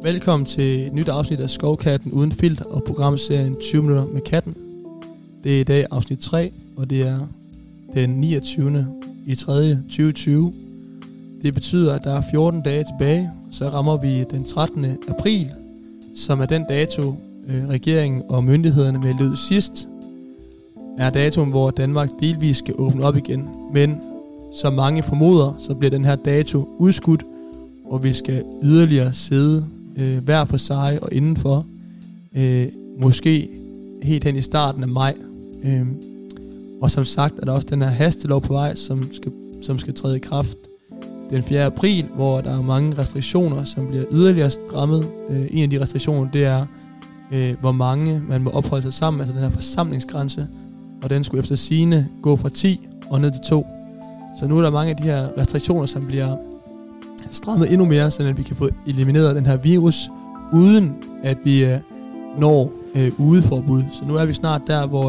Velkommen til et nyt afsnit af Skovkatten uden filter og programserien 20 minutter med katten. Det er i dag afsnit 3, og det er den 29. i 3. 2020. Det betyder, at der er 14 dage tilbage, så rammer vi den 13. april, som er den dato, regeringen og myndighederne meldte ud sidst, er datoen, hvor Danmark delvis skal åbne op igen. Men som mange formoder, så bliver den her dato udskudt, og vi skal yderligere sidde hver for sig og indenfor, måske helt hen i starten af maj. Og som sagt er der også den her hastelov på vej, som skal træde i kraft den 4. april, hvor der er mange restriktioner, som bliver yderligere strammet. En af de restriktioner, det er, hvor mange man må opholde sig sammen, altså den her forsamlingsgrænse, og den skulle efter sigende gå fra 10 og ned til 2. Så nu er der mange af de her restriktioner, som bliver strammet endnu mere, så at vi kan få elimineret den her virus, uden at vi når udeforbud. Så nu er vi snart der, hvor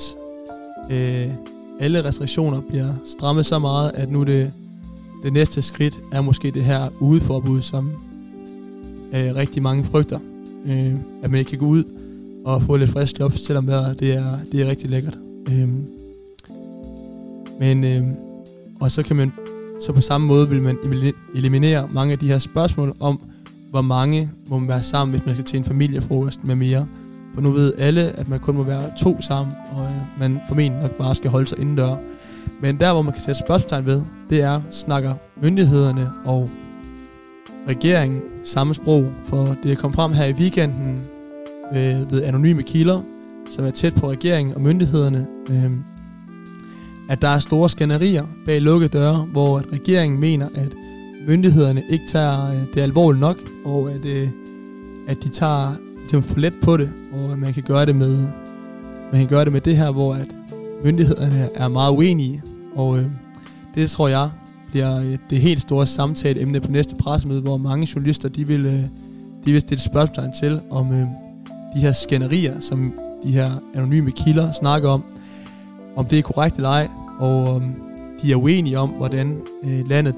alle restriktioner bliver strammet så meget, at nu det næste skridt er måske det her udeforbud, som rigtig mange frygter. At man ikke kan gå ud og få lidt frisk luft, selvom det er rigtig lækkert. Og så kan man så på samme måde vil man eliminere mange af de her spørgsmål om, hvor mange må man være sammen, hvis man skal til en familiefrokost med mere. For nu ved alle, at man kun må være 2 sammen, og man formentlig nok bare skal holde sig indendør. Men der, hvor man kan sætte spørgsmålstegn ved, det er, snakker myndighederne og regeringen samme sprog. For det er kommet frem her i weekenden ved anonyme kilder, som er tæt på regeringen og myndighederne, at der er store skænderier bag lukkede døre, hvor at regeringen mener, at myndighederne ikke tager det alvorligt nok, og at de tager ligesom for let på det, og man kan gøre det med det her, hvor at myndighederne er meget uenige, og det tror jeg bliver det helt store samtaleemne på næste pressemøde, hvor mange journalister de vil stille spørgsmål til om de her skænderier, som de her anonyme kilder snakker om det er korrekt eller ej, og de er uenige om, hvordan landet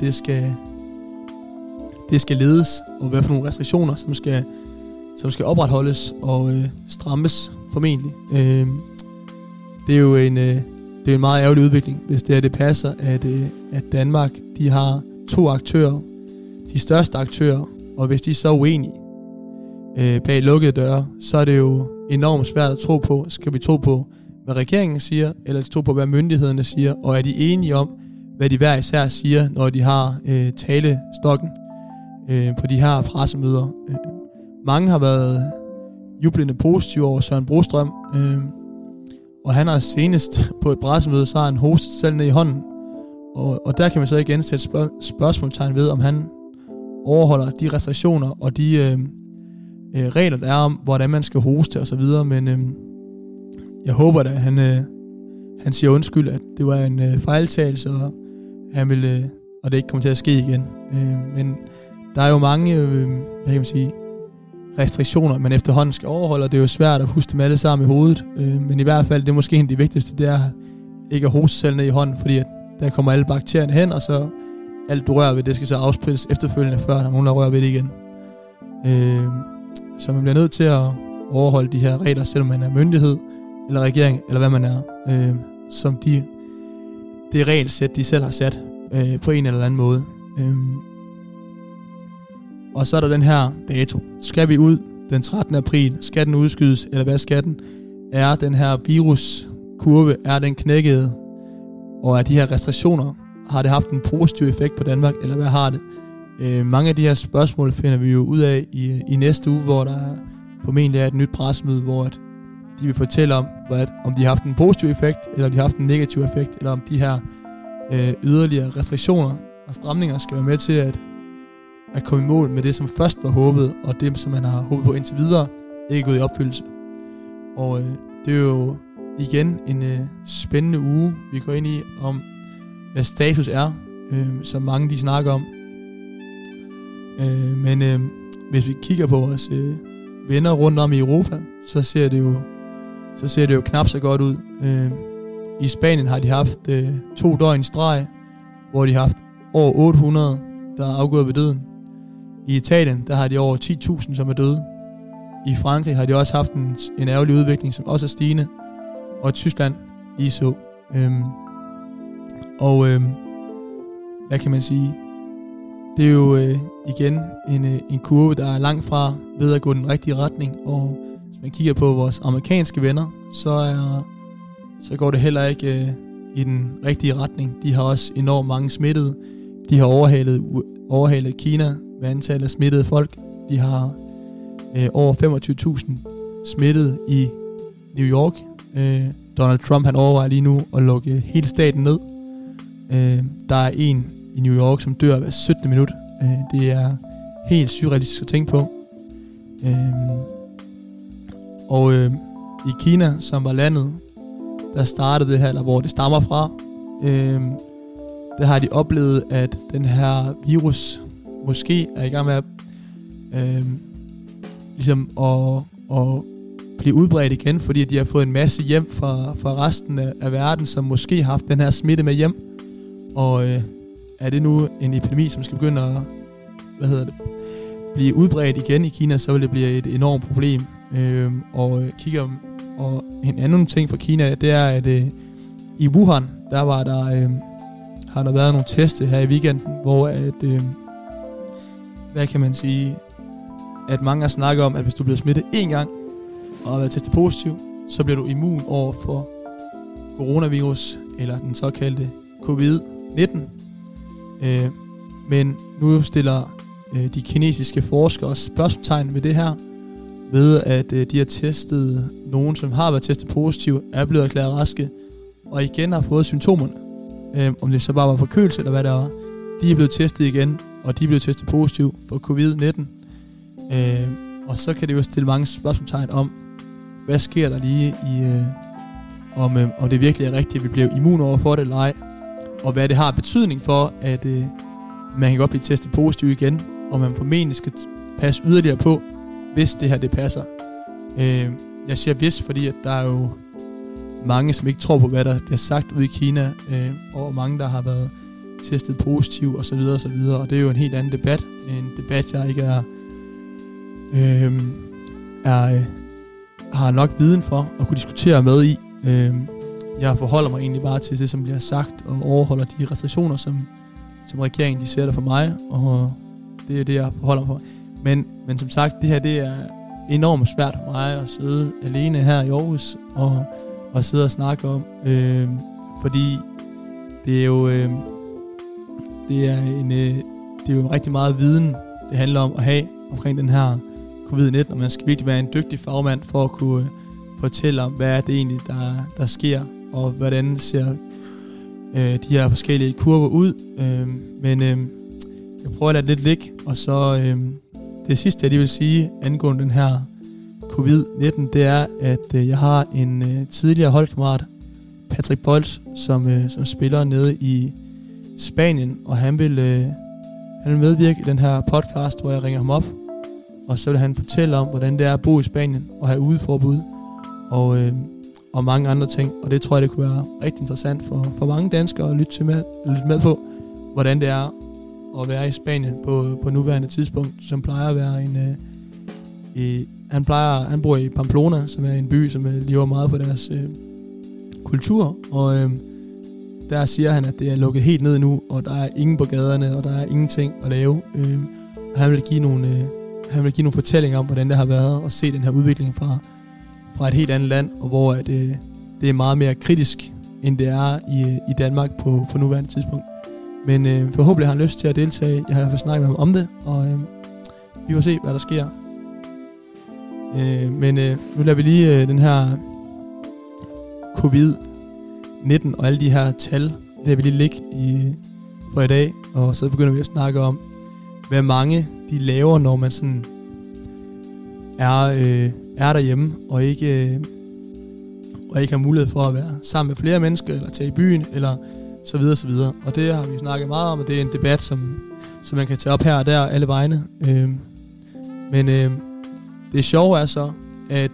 det skal ledes, og hvad for nogle restriktioner, som skal opretholdes og strammes formentlig. Det er jo en meget ærgerlig udvikling, hvis det passer, at Danmark de har 2 aktører, de største aktører, og hvis de er så uenige bag lukkede døre, så er det jo enormt svært at tro på. Skal vi tro på, hvad regeringen siger, eller tro på, hvad myndighederne siger, og er de enige om, hvad de hver især siger, når de har talestokken på de her pressemøder. Mange har været jublende positive over Søren Brostrøm, og han har senest på et pressemøde, så har han hostet selv ned i hånden, og der kan man så igen sætte spørgsmålstegn ved, om han overholder de restriktioner og de regler, der er om, hvordan man skal hoste og så videre, men jeg håber at han siger undskyld, at det var en fejltagelse, og og det ikke kommer til at ske igen. Men der er jo mange, restriktioner, man efterhånden skal overholde, og det er jo svært at huske dem alle sammen i hovedet. Men i hvert fald, det er måske en af de vigtigste, det er ikke at hoste selv ned i hånden, fordi at der kommer alle bakterierne hen, og så alt du rører ved, det skal så afsprittes efterfølgende, før der er nogen, der rører ved det igen. Så man bliver nødt til at overholde de her regler, selvom man er myndighed, eller regering, eller hvad man er, som det regelsæt, de selv har sat på en eller anden måde. Og så er der den her dato. Skal vi ud den 13. april? Skal den udskydes, eller hvad skal den? Er den her viruskurve, er den knækket? Og er de her restriktioner, har det haft en positiv effekt på Danmark, eller hvad har det? Mange af de her spørgsmål finder vi jo ud af i næste uge, hvor der formentlig er et nyt pressemøde, hvor de vil fortælle om de har haft en positiv effekt, eller om de har haft en negativ effekt, eller om de her yderligere restriktioner og stramninger skal være med til at komme i mål med det, som først var håbet, og det, som man har håbet på indtil videre, ikke gået i opfyldelse. Og det er jo igen en spændende uge, vi går ind i, om hvad status er, som mange de snakker om. Men hvis vi kigger på vores venner rundt om i Europa, så ser det jo knap så godt ud. I Spanien har de haft 2 døgn i streg, hvor de har haft over 800, der er afgået ved døden. I Italien, der har de over 10.000, som er døde. I Frankrig har de også haft en ærgerlig udvikling, som også er stigende. Og i Tyskland lige så. Hvad kan man sige? Det er jo igen en kurve, der er langt fra ved at gå den rigtige retning. Og hvis man kigger på vores amerikanske venner, så går det heller ikke i den rigtige retning. De har også enormt mange smittede. De har overhalet Kina med antallet af smittede folk. De har over 25.000 smittede i New York. Donald Trump han overvejer lige nu at lukke hele staten ned. Der er en i New York, som dør hver 17. minut. Det er helt surrealistisk at tænke på. I Kina, som var landet, der startede det her, eller hvor det stammer fra, der har de oplevet, at den her virus måske er i gang med at ligesom at blive udbredt igen, fordi de har fået en masse hjem fra resten af verden, som måske har haft den her smitte med hjem. Og er det nu en epidemi, som skal begynde at blive udbredt igen i Kina, så vil det blive et enormt problem. Og en anden ting fra Kina, det er, at i Wuhan, har der været nogle teste her i weekenden, hvor hvad kan man sige, at mange har snakket om, at hvis du bliver smittet én gang og har været testet positiv, så bliver du immun over for coronavirus, eller den såkaldte COVID-19. Men nu stiller de kinesiske forskere spørgsmålstegn ved det her, ved at de har testet nogen, som har været testet positiv, er blevet erklæret raske, og igen har fået symptomerne. Om det så bare var forkølelse, eller hvad der var. De er blevet testet igen, og de er blevet testet positiv for covid-19. Og så kan det jo stille mange spørgsmålstegn om, hvad sker der lige om det virkelig er rigtigt, at vi bliver immun over for det eller ej, og hvad det har betydning for, at man kan godt blive testet positiv igen, og man formentlig skal passe yderligere på, hvis det her det passer. Jeg siger hvis, fordi at der er jo mange, som ikke tror på, hvad der bliver sagt ude i Kina, og mange, der har været testet positiv osv. Og det er jo en helt anden debat. En debat, jeg ikke har nok viden for at kunne diskutere med i. Jeg forholder mig egentlig bare til det, som bliver sagt, og overholder de restriktioner, som regeringen de sætter for mig, og det er det, jeg forholder mig for. Men som sagt, det her det er enormt svært for mig at sidde alene her i Aarhus og sidde og snakke om, fordi det er jo det er jo rigtig meget viden, det handler om at have omkring den her covid-19, og man skal virkelig være en dygtig fagmand for at kunne fortælle om, hvad er det egentlig, der sker, og hvordan ser de her forskellige kurver ud. Men jeg prøver at lade det lidt ligge, og så det sidste, jeg lige vil sige angående den her covid-19, det er, at jeg har en tidligere holdkammerat, Patrick Bols, som spiller nede i Spanien, og han vil medvirke i den her podcast, hvor jeg ringer ham op, og så vil han fortælle om, hvordan det er at bo i Spanien og have udeforbud, og mange andre ting, og det tror jeg, det kunne være rigtig interessant for mange danskere at lytte med på, hvordan det er at være i Spanien på nuværende tidspunkt, som plejer at være han bor i Pamplona, som er en by, som lever meget på deres kultur, og der siger han, at det er lukket helt ned nu, og der er ingen på gaderne, og der er ingenting at lave. Og han vil give nogle fortællinger om, hvordan det har været at se den her udvikling fra et helt andet land, og hvor det er meget mere kritisk, end det er i Danmark på nuværende tidspunkt. Men forhåbentlig har han lyst til at deltage. Jeg har i hvert fald snakket med ham om det, og vi får se, hvad der sker. Men nu lader vi lige den her covid-19 og alle de her tal, lader vi lige ligge for i dag, og så begynder vi at snakke om, hvad mange de laver, når man sådan er derhjemme og ikke har mulighed for at være sammen med flere mennesker, eller tage i byen, eller så videre, så videre. Og det har vi snakket meget om, og det er en debat, som man kan tage op her og der, alle vegne. Men det sjove er så, at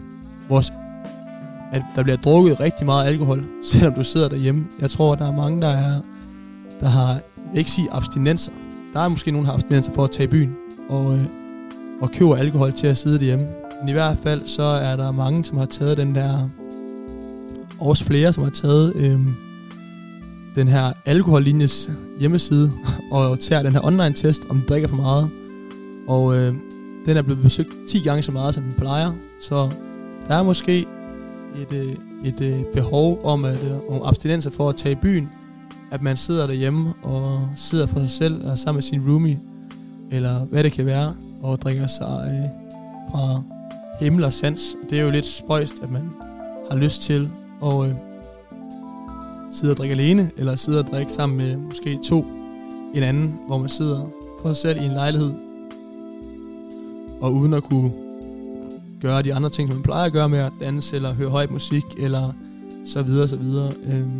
der bliver drukket rigtig meget alkohol, selvom du sidder derhjemme. Jeg tror, der er mange, der har, ikke sige abstinenser. Der er måske nogen, der har abstinenser for at tage i byen. og køber alkohol til at sidde derhjemme. Men i hvert fald så er der mange, som har taget den der, også flere, som har taget den her alkohollinjes hjemmeside og tager den her online-test, om de drikker for meget. Og den er blevet besøgt 10 gange så meget, som den plejer. Så der er måske et behov om abstinenser for at tage i byen, at man sidder derhjemme og sidder for sig selv, eller sammen med sin roomie, eller hvad det kan være, og drikker sig fra himmel og sans. Det er jo lidt spøjst, at man har lyst til at sidde og drikke alene, eller sidde og drikke sammen med måske en anden, hvor man sidder for sig selv i en lejlighed, og uden at kunne gøre de andre ting, som man plejer at gøre med at danse, eller høre høj musik, eller så videre, så videre.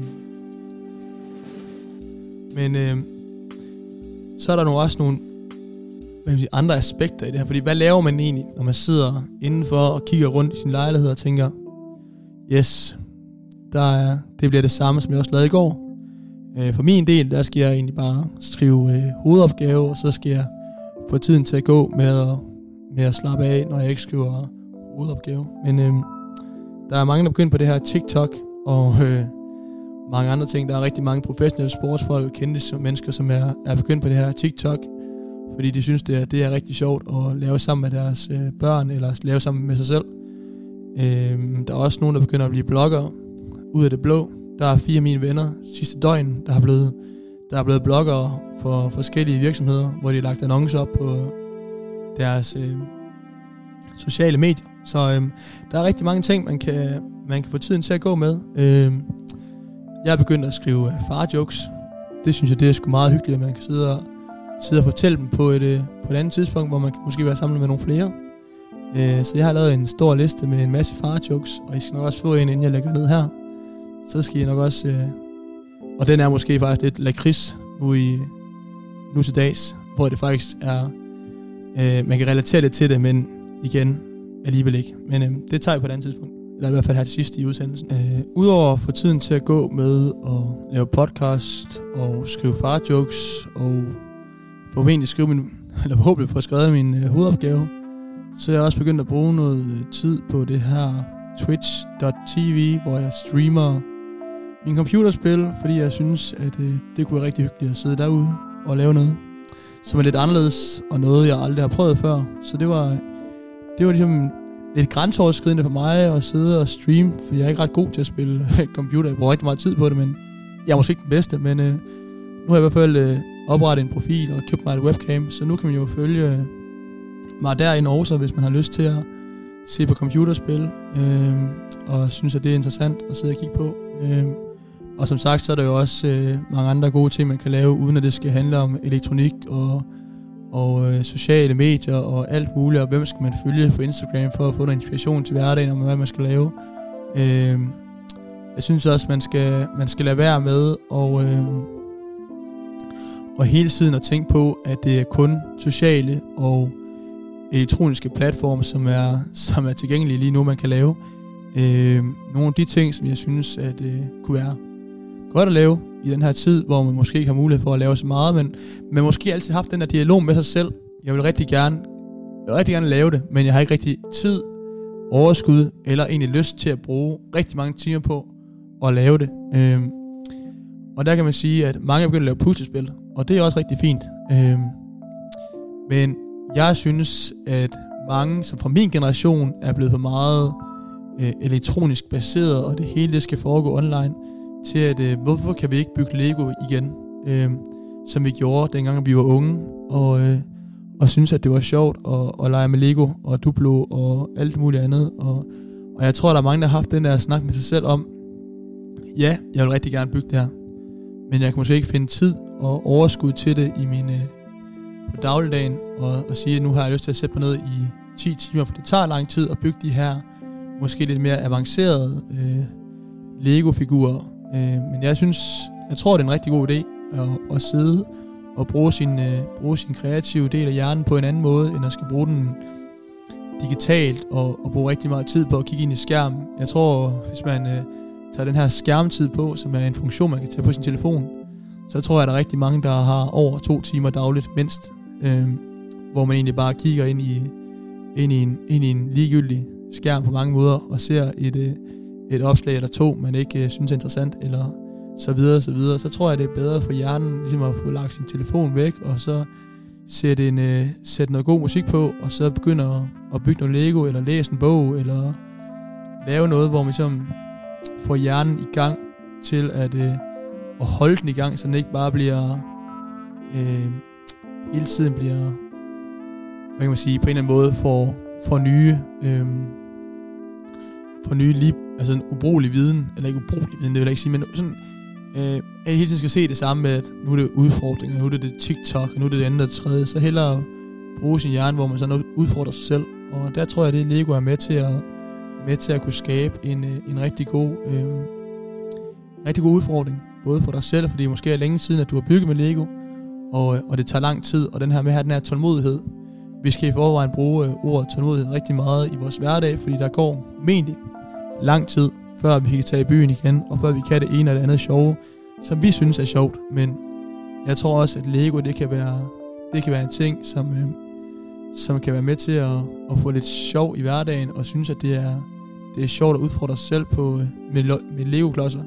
Men så er der nu også nogle andre aspekter i det her, fordi hvad laver man egentlig, når man sidder indenfor og kigger rundt i sin lejlighed og tænker, yes, det bliver det samme, som jeg også lavede i går. For min del, der skal jeg egentlig bare skrive hovedopgave, og så skal jeg få tiden til at gå med at slappe af, når jeg ikke skriver hovedopgave. Men der er mange, der begynder på det her TikTok, og mange andre ting. Der er rigtig mange professionelle sportsfolk og kendte mennesker, som er begyndt på det her TikTok, fordi de synes, det er rigtig sjovt at lave sammen med deres børn, eller lave sammen med sig selv. Der er også nogen, der begynder at blive bloggere ud af det blå. Der er 4 af mine venner sidste døgn, der er blevet bloggere for forskellige virksomheder, hvor de har lagt annoncer op på deres sociale medier. Så der er rigtig mange ting, man kan få tiden til at gå med. Jeg er begyndt at skrive farjokes. Det synes jeg, det er sgu meget hyggeligt, at man kan sidde og fortælle dem på et andet tidspunkt, hvor man kan måske være sammen med nogle flere. Så jeg har lavet en stor liste med en masse farjokes, og I skal nok også få en, inden jeg lægger ned her. Så skal I nok også... og den er måske faktisk lidt lakrids nu til dags, hvor det faktisk er... man kan relatere lidt til det, men igen, alligevel ikke. Men det tager vi på et andet tidspunkt. Eller i hvert fald her til sidst i udsendelsen. Udover at få tiden til at gå med at lave podcast og skrive farjokes og forhåbentlig få skrevet min hovedopgave, så er jeg også begyndt at bruge noget tid på det her twitch.tv, hvor jeg streamer min computerspil, fordi jeg synes, at det kunne være rigtig hyggeligt at sidde derude og lave noget, som er lidt anderledes og noget, jeg aldrig har prøvet før. Så det var ligesom lidt grænseoverskridende for mig at sidde og streame, for jeg er ikke ret god til at spille computer. Jeg bruger rigtig meget tid på det, men jeg er måske ikke den bedste. Men nu har jeg i hvert fald oprettet en profil og købt mig et webcam, så nu kan man jo følge mig derinde også, hvis man har lyst til at se på computerspil, og synes, at det er interessant at sidde og kigge på. Og som sagt, så er der jo også mange andre gode ting, man kan lave, uden at det skal handle om elektronik og sociale medier og alt muligt, og hvem skal man følge på Instagram for at få noget inspiration til hverdagen, om hvad man skal lave. Jeg synes også, man skal lade være med og hele tiden at tænke på, at det er kun sociale og elektroniske platforme, som er tilgængelige lige nu, man kan lave. Nogle af de ting, som jeg synes, at kunne være godt at lave i den her tid, hvor man måske ikke har mulighed for at lave så meget, men man måske altid haft den der dialog med sig selv. Jeg vil rigtig gerne lave det, men jeg har ikke rigtig tid, overskud eller egentlig lyst til at bruge rigtig mange timer på at lave det. Og der kan man sige, at mange er begyndt at lave puslespil, og det er også rigtig fint. Men jeg synes, at mange, som fra min generation, er blevet for meget elektronisk baseret, og det hele det skal foregå online, til at hvorfor kan vi ikke bygge Lego igen, som vi gjorde dengang vi var unge, og synes at det var sjovt at lege med Lego og Duplo og alt muligt andet, og jeg tror der er mange der har haft den der snak med sig selv om, ja, jeg vil rigtig gerne bygge det her, men jeg kan måske ikke finde tid og overskud til det i på dagligdagen, og sige at nu har jeg lyst til at sætte mig ned i 10 timer, for det tager lang tid at bygge de her måske lidt mere avancerede Lego-figurer. Men jeg tror, det er en rigtig god idé at sidde og bruge sin kreative del af hjernen på en anden måde, end at skal bruge den digitalt og bruge rigtig meget tid på at kigge ind i skærmen. Jeg tror, hvis man tager den her skærmtid på, som er en funktion, man kan tage på sin telefon, så tror jeg, at der er rigtig mange, der har over 2 timer dagligt mindst hvor man egentlig bare kigger ind i en ligegyldig skærm på mange måder, og ser et opslag eller to, man ikke synes er interessant, eller så videre, så tror jeg, det er bedre for hjernen ligesom at få lagt sin telefon væk, og så sætte noget god musik på, og så begynde at bygge noget Lego, eller læse en bog, eller lave noget, hvor man ligesom får hjernen i gang til at holde den i gang, så den ikke bare bliver hele tiden bliver, hvad kan man sige, på en eller anden måde for nye altså en ubrugelig viden, eller ikke ubrugelig viden, det vil jeg ikke sige, men sådan, at jeg hele tiden skal se det samme med, at nu er det udfordringer, nu er det TikTok, og nu er det andet og det tredje, så hellere bruge sin hjerne, hvor man så udfordrer sig selv, og der tror jeg, det Lego er med til at kunne skabe en rigtig god udfordring, både for dig selv, fordi det måske er længe siden, at du har bygget med Lego, og det tager lang tid, og den her med at have den her tålmodighed. Vi skal i forvejen bruge ordet tålmodighed rigtig meget i vores hverdag, fordi der går egentlig lang tid, før vi kan tage i byen igen, og før vi kan det ene og det andet sjove, som vi synes er sjovt. Men jeg tror også, at Lego, det kan være en ting, som kan være med til at få lidt sjov i hverdagen, og synes, at det er sjovt at udfordre sig selv med Lego-klodser.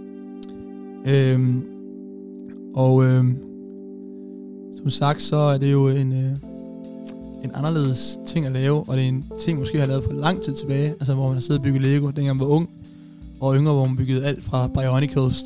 Som sagt, så er det jo en anderledes ting at lave, og det er en ting, måske har lavet for lang tid tilbage, altså hvor man har siddet og bygget Lego, dengang man var ung, og yngre, hvor man byggede alt fra Bionicles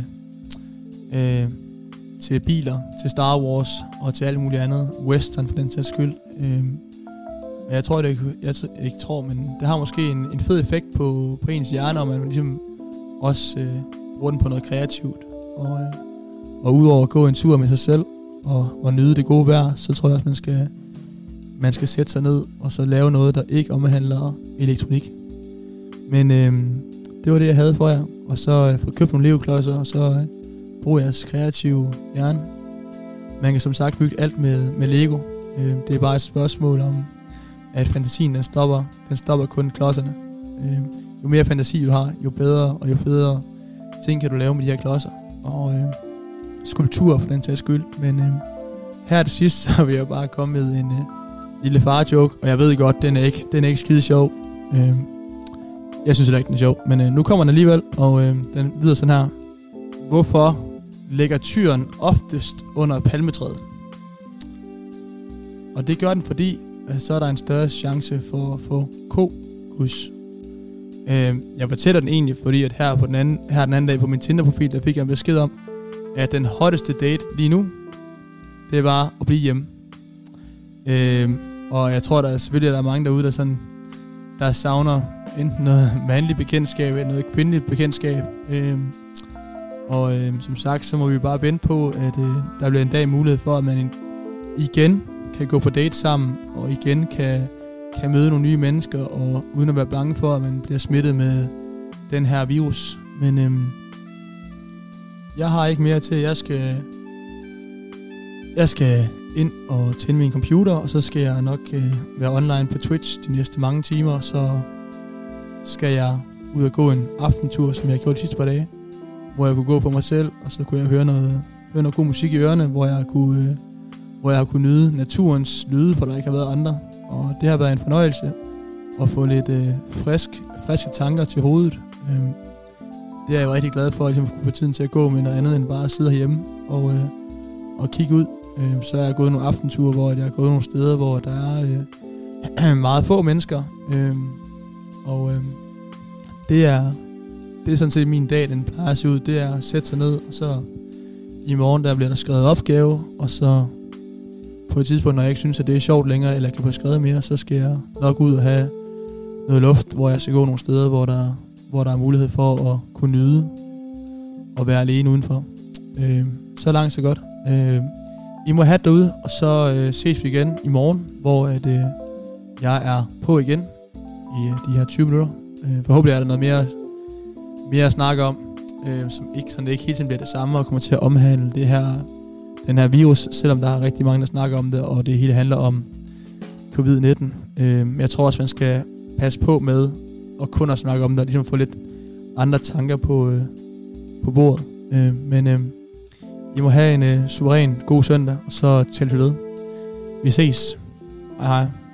til biler, til Star Wars, og til alt muligt andet, western for den sags skyld. Jeg tror, men det har måske en fed effekt på ens hjerne, og man ligesom også bruger den på noget kreativt, og udover at gå en tur med sig selv, og nyde det gode vejr, så tror jeg også, man skal sætte sig ned, og så lave noget, der ikke omhandler elektronik. Men det var det, jeg havde for jer, og så få købt nogle Lego-klodser, og så bruge jeres kreative hjerne. Man kan som sagt bygge alt med Lego. Det er bare et spørgsmål om, at fantasien den stopper kun klodserne. Jo mere fantasi du har, jo bedre og jo federe ting kan du lave med de her klodser. Og skulpturer for den tages skyld. Men her til sidst, så vil jeg bare komme med en lille far-joke, og jeg ved godt, den er ikke skide sjov. Jeg synes heller ikke, den er sjov, men nu kommer den alligevel, og den lyder sådan her. Hvorfor ligger tyren oftest under palmetræet? Og det gør den, fordi så er der en større chance for at få kokus. Jeg fortæller den egentlig, fordi at her den anden dag på min Tinder-profil, der fik jeg en besked om, at den hotteste date lige nu, det var at blive hjemme. Og jeg tror, der er mange derude, der savner enten noget mandligt bekendtskab eller noget kvindeligt bekendtskab. Som sagt, så må vi bare vente på, at der bliver en dag mulighed for, at man igen kan gå på date sammen, og igen kan møde nogle nye mennesker, og uden at være bange for, at man bliver smittet med den her virus. Men jeg har ikke mere til. Jeg skal ind og tænde min computer, og så skal jeg nok være online på Twitch de næste mange timer. Så skal jeg ud og gå en aftentur, som jeg gjorde de sidste par dage, hvor jeg kunne gå for mig selv, og så kunne jeg høre noget god musik i ørerne, hvor jeg kunne nyde naturens lyde, for der ikke har været andre. Og det har været en fornøjelse at få lidt friske tanker til hovedet. Det er jeg rigtig glad for, at jeg få tiden til at gå med noget andet end bare at sidde herhjemme og kigge ud. Så er jeg gået nogle aftenture, hvor jeg er gået nogle steder, hvor der er meget få mennesker. Det er sådan set min dag, den plejer at se ud. Det er at sætte sig ned, og så i morgen der bliver der skrevet opgave, og så på et tidspunkt, når jeg ikke synes, at det er sjovt længere, eller jeg kan få skrevet mere, så skal jeg nok ud og have noget luft, hvor jeg skal gå nogle steder, hvor der er mulighed for at kunne nyde og være alene udenfor. Så langt, så godt. I må have det derude, og så ses vi igen i morgen, hvor jeg er på igen i de her 20 minutter. Forhåbentlig er der noget mere at snakke om, så det ikke hele tiden bliver det samme og kommer til at omhandle den her virus, selvom der er rigtig mange, der snakker om det, og det hele handler om covid-19. Jeg tror også, man skal passe på med at kun at snakke om det, og ligesom få lidt andre tanker på bordet. Men I må have en suveræn god søndag, og så tæl til ved. Vi Vi ses. Hej hej.